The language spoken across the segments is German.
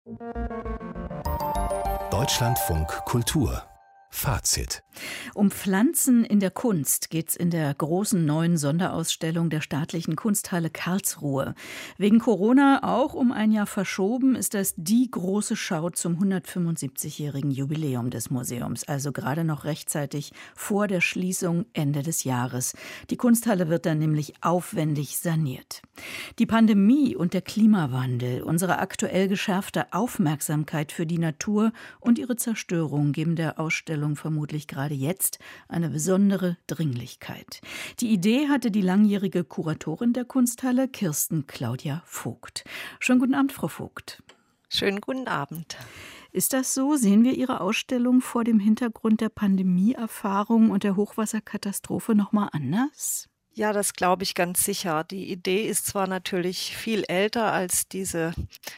Deutschlandfunk Kultur Fazit. Um Pflanzen in der Kunst geht's in der großen neuen Sonderausstellung der Staatlichen Kunsthalle Karlsruhe. Wegen Corona auch um ein Jahr verschoben, ist das die große Schau zum 175-jährigen Jubiläum des Museums, also gerade noch rechtzeitig vor der Schließung Ende des Jahres. Die Kunsthalle wird dann nämlich aufwendig saniert. Die Pandemie und der Klimawandel, unsere aktuell geschärfte Aufmerksamkeit für die Natur und ihre Zerstörung geben der Ausstellung vermutlich gerade jetzt eine besondere Dringlichkeit. Die Idee hatte die langjährige Kuratorin der Kunsthalle, Kirsten Claudia Vogt. Schönen guten Abend, Frau Vogt. Schönen guten Abend. Ist das so? Sehen wir Ihre Ausstellung vor dem Hintergrund der Pandemieerfahrung und der Hochwasserkatastrophe noch mal anders? Ja, das glaube ich ganz sicher. Die Idee ist zwar natürlich viel älter als diese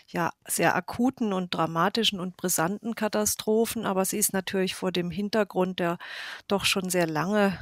sehr akuten und dramatischen und brisanten Katastrophen, aber sie ist natürlich vor dem Hintergrund der doch schon sehr lange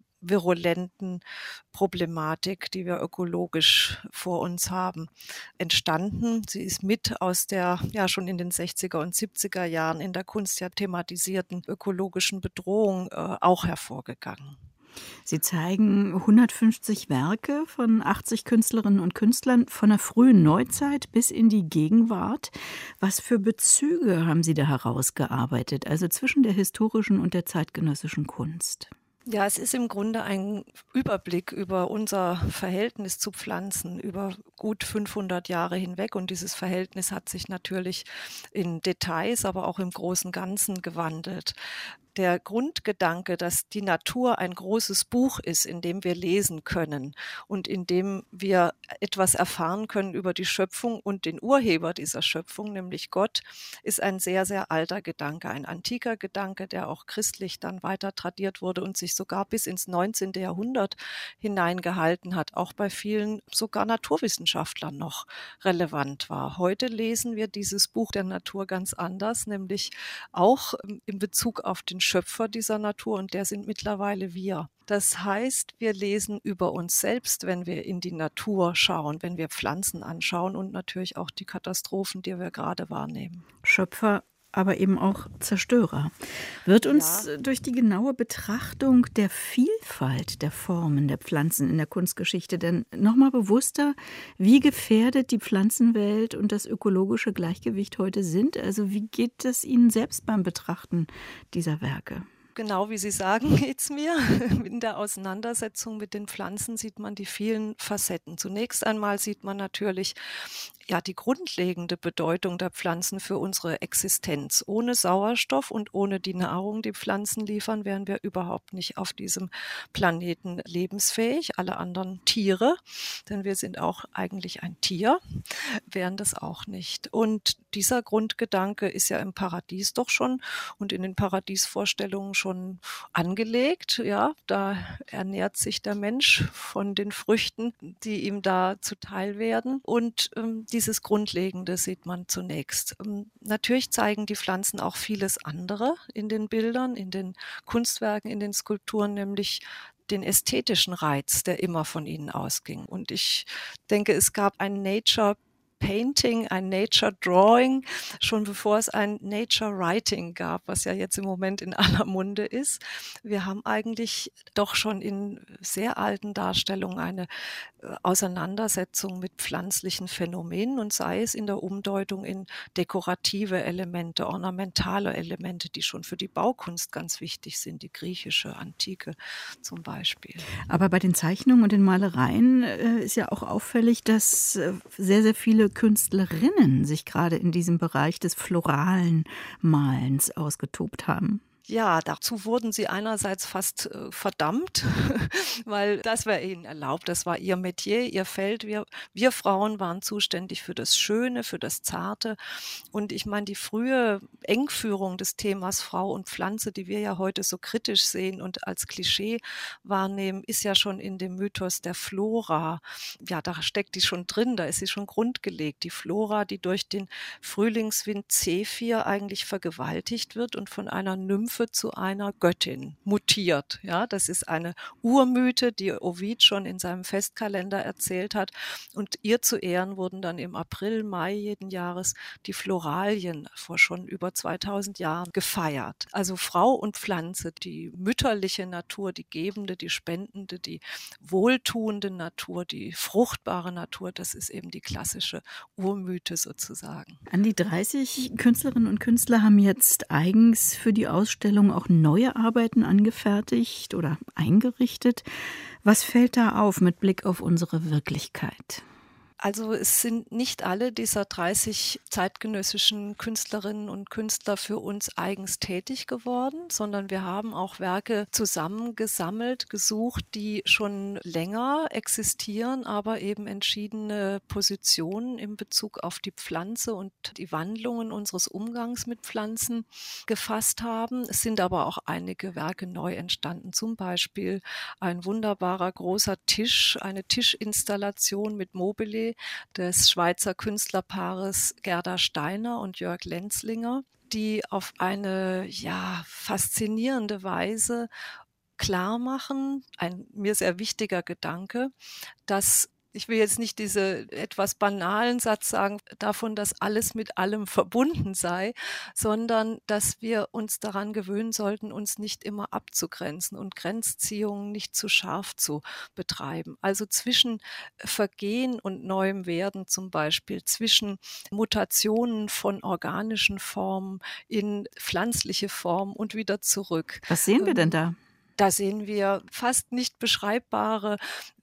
virulenten Problematik, die wir ökologisch vor uns haben, entstanden. Sie ist mit aus der schon in den 60er und 70er Jahren in der Kunst thematisierten ökologischen Bedrohung auch hervorgegangen. Sie zeigen 150 Werke von 80 Künstlerinnen und Künstlern von der frühen Neuzeit bis in die Gegenwart. Was für Bezüge haben Sie da herausgearbeitet, also zwischen der historischen und der zeitgenössischen Kunst? Ja, es ist im Grunde ein Überblick über unser Verhältnis zu Pflanzen über gut 500 Jahre hinweg. Und dieses Verhältnis hat sich natürlich in Details, aber auch im großen Ganzen gewandelt. Der Grundgedanke, dass die Natur ein großes Buch ist, in dem wir lesen können und in dem wir etwas erfahren können über die Schöpfung und den Urheber dieser Schöpfung, nämlich Gott, ist ein sehr, sehr alter Gedanke, ein antiker Gedanke, der auch christlich dann weiter tradiert wurde und sich sogar bis ins 19. Jahrhundert hineingehalten hat, auch bei vielen sogar Naturwissenschaftlern noch relevant war. Heute lesen wir dieses Buch der Natur ganz anders, nämlich auch in Bezug auf den Schöpfer dieser Natur, und der sind mittlerweile wir. Das heißt, wir lesen über uns selbst, wenn wir in die Natur schauen, wenn wir Pflanzen anschauen und natürlich auch die Katastrophen, die wir gerade wahrnehmen. Schöpfer, aber eben auch Zerstörer. Wird uns durch die genaue Betrachtung der Vielfalt der Formen der Pflanzen in der Kunstgeschichte denn nochmal bewusster, wie gefährdet die Pflanzenwelt und das ökologische Gleichgewicht heute sind? Also wie geht es Ihnen selbst beim Betrachten dieser Werke? Genau wie Sie sagen, geht's mir. In der Auseinandersetzung mit den Pflanzen sieht man die vielen Facetten. Zunächst einmal sieht man natürlich die grundlegende Bedeutung der Pflanzen für unsere Existenz. Ohne Sauerstoff und ohne die Nahrung, die Pflanzen liefern, wären wir überhaupt nicht auf diesem Planeten lebensfähig. Alle anderen Tiere, denn wir sind auch eigentlich ein Tier, wären das auch nicht. Und dieser Grundgedanke ist ja im Paradies doch schon und in den Paradiesvorstellungen schon angelegt. Ja, da ernährt sich der Mensch von den Früchten, die ihm da zuteil werden. Und dieses Grundlegende sieht man zunächst. Natürlich zeigen die Pflanzen auch vieles andere in den Bildern, in den Kunstwerken, in den Skulpturen, nämlich den ästhetischen Reiz, der immer von ihnen ausging. Und ich denke, es gab ein Nature Painting, ein Nature Drawing, schon bevor es ein Nature Writing gab, was ja jetzt im Moment in aller Munde ist. Wir haben eigentlich doch schon in sehr alten Darstellungen eine Auseinandersetzung mit pflanzlichen Phänomenen, und sei es in der Umdeutung in dekorative Elemente, ornamentale Elemente, die schon für die Baukunst ganz wichtig sind, die griechische, antike zum Beispiel. Aber bei den Zeichnungen und den Malereien ist ja auch auffällig, dass sehr, sehr viele Künstlerinnen sich gerade in diesem Bereich des floralen Malens ausgetobt haben. Ja, dazu wurden sie einerseits fast verdammt, weil das war ihnen erlaubt, das war ihr Metier, ihr Feld. Wir Frauen waren zuständig für das Schöne, für das Zarte. Und ich meine, die frühe Engführung des Themas Frau und Pflanze, die wir ja heute so kritisch sehen und als Klischee wahrnehmen, ist ja schon in dem Mythos der Flora. Ja, da steckt die schon drin, da ist sie schon grundgelegt. Die Flora, die durch den Frühlingswind Zephyr eigentlich vergewaltigt wird und von einer Nymphe Nymphe zu einer Göttin mutiert. Ja, das ist eine Urmythe, die Ovid schon in seinem Festkalender erzählt hat. Und ihr zu Ehren wurden dann im April, Mai jeden Jahres die Floralien vor schon über 2000 Jahren gefeiert. Also Frau und Pflanze, die mütterliche Natur, die gebende, die spendende, die wohltuende Natur, die fruchtbare Natur, das ist eben die klassische Urmythe sozusagen. An die 30 Künstlerinnen und Künstler haben jetzt eigens für die Ausstellung auch neue Arbeiten angefertigt oder eingerichtet. Was fällt da auf mit Blick auf unsere Wirklichkeit? Also es sind nicht alle dieser 30 zeitgenössischen Künstlerinnen und Künstler für uns eigens tätig geworden, sondern wir haben auch Werke zusammengesammelt, gesucht, die schon länger existieren, aber eben entschiedene Positionen in Bezug auf die Pflanze und die Wandlungen unseres Umgangs mit Pflanzen gefasst haben. Es sind aber auch einige Werke neu entstanden, zum Beispiel ein wunderbarer großer Tisch, eine Tischinstallation mit Mobile des Schweizer Künstlerpaares Gerda Steiner und Jörg Lenzlinger, die auf eine faszinierende Weise klar machen, ein mir sehr wichtiger Gedanke, dass ich will jetzt nicht diese etwas banalen Satz sagen, davon, dass alles mit allem verbunden sei, sondern dass wir uns daran gewöhnen sollten, uns nicht immer abzugrenzen und Grenzziehungen nicht zu scharf zu betreiben. Also zwischen Vergehen und neuem Werden zum Beispiel, zwischen Mutationen von organischen Formen in pflanzliche Formen und wieder zurück. Was sehen wir denn da? Da sehen wir fast nicht beschreibbare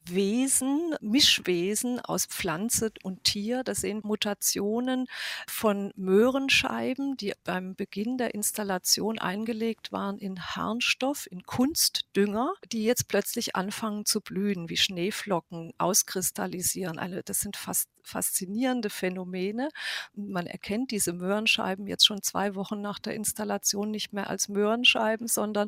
Wesen, Mischwesen aus Pflanze und Tier. Das sind Mutationen von Möhrenscheiben, die beim Beginn der Installation eingelegt waren in Harnstoff, in Kunstdünger, die jetzt plötzlich anfangen zu blühen, wie Schneeflocken auskristallisieren. Das sind fast faszinierende Phänomene. Man erkennt diese Möhrenscheiben jetzt schon 2 Wochen nach der Installation nicht mehr als Möhrenscheiben, sondern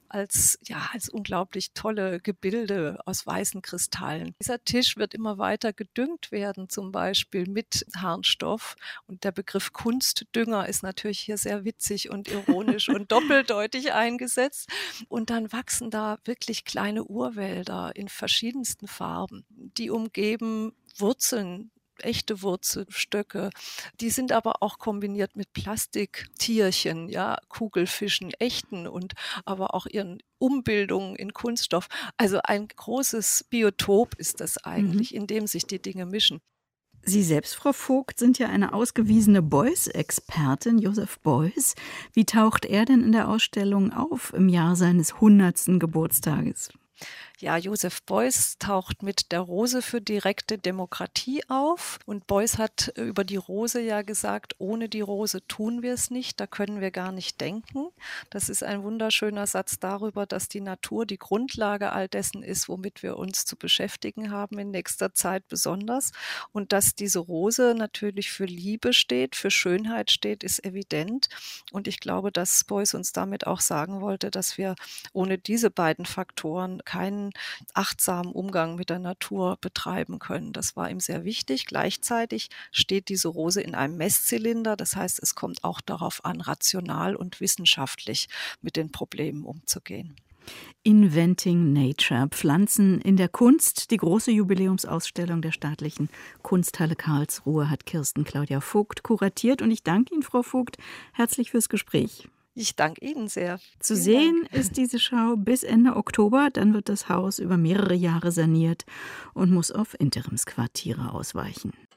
als unglaublich tolle Gebilde aus weißen Kristallen. Dieser Tisch wird immer weiter gedüngt werden, zum Beispiel mit Harnstoff. Und der Begriff Kunstdünger ist natürlich hier sehr witzig und ironisch und doppeldeutig eingesetzt. Und dann wachsen da wirklich kleine Urwälder in verschiedensten Farben. Die umgeben Wurzeln, echte Wurzelstöcke. Die sind aber auch kombiniert mit Plastiktierchen, Kugelfischen, echten und aber auch ihren Umbildungen in Kunststoff. Also ein großes Biotop ist das eigentlich, in dem sich die Dinge mischen. Sie selbst, Frau Vogt, sind ja eine ausgewiesene Beuys-Expertin, Joseph Beuys. Wie taucht er denn in der Ausstellung auf im Jahr seines 100. Geburtstages? Ja, Joseph Beuys taucht mit der Rose für direkte Demokratie auf. Und Beuys hat über die Rose ja gesagt, ohne die Rose tun wir es nicht, da können wir gar nicht denken. Das ist ein wunderschöner Satz darüber, dass die Natur die Grundlage all dessen ist, womit wir uns zu beschäftigen haben in nächster Zeit besonders. Und dass diese Rose natürlich für Liebe steht, für Schönheit steht, ist evident. Und ich glaube, dass Beuys uns damit auch sagen wollte, dass wir ohne diese beiden Faktoren keinen achtsamen Umgang mit der Natur betreiben können. Das war ihm sehr wichtig. Gleichzeitig steht diese Rose in einem Messzylinder. Das heißt, es kommt auch darauf an, rational und wissenschaftlich mit den Problemen umzugehen. Inventing Nature, Pflanzen in der Kunst. Die große Jubiläumsausstellung der Staatlichen Kunsthalle Karlsruhe hat Kirsten Claudia Vogt kuratiert. Und ich danke Ihnen, Frau Vogt, herzlich fürs Gespräch. Ich danke Ihnen sehr. Zu sehen ist diese Schau bis Ende Oktober. Dann wird das Haus über mehrere Jahre saniert und muss auf Interimsquartiere ausweichen.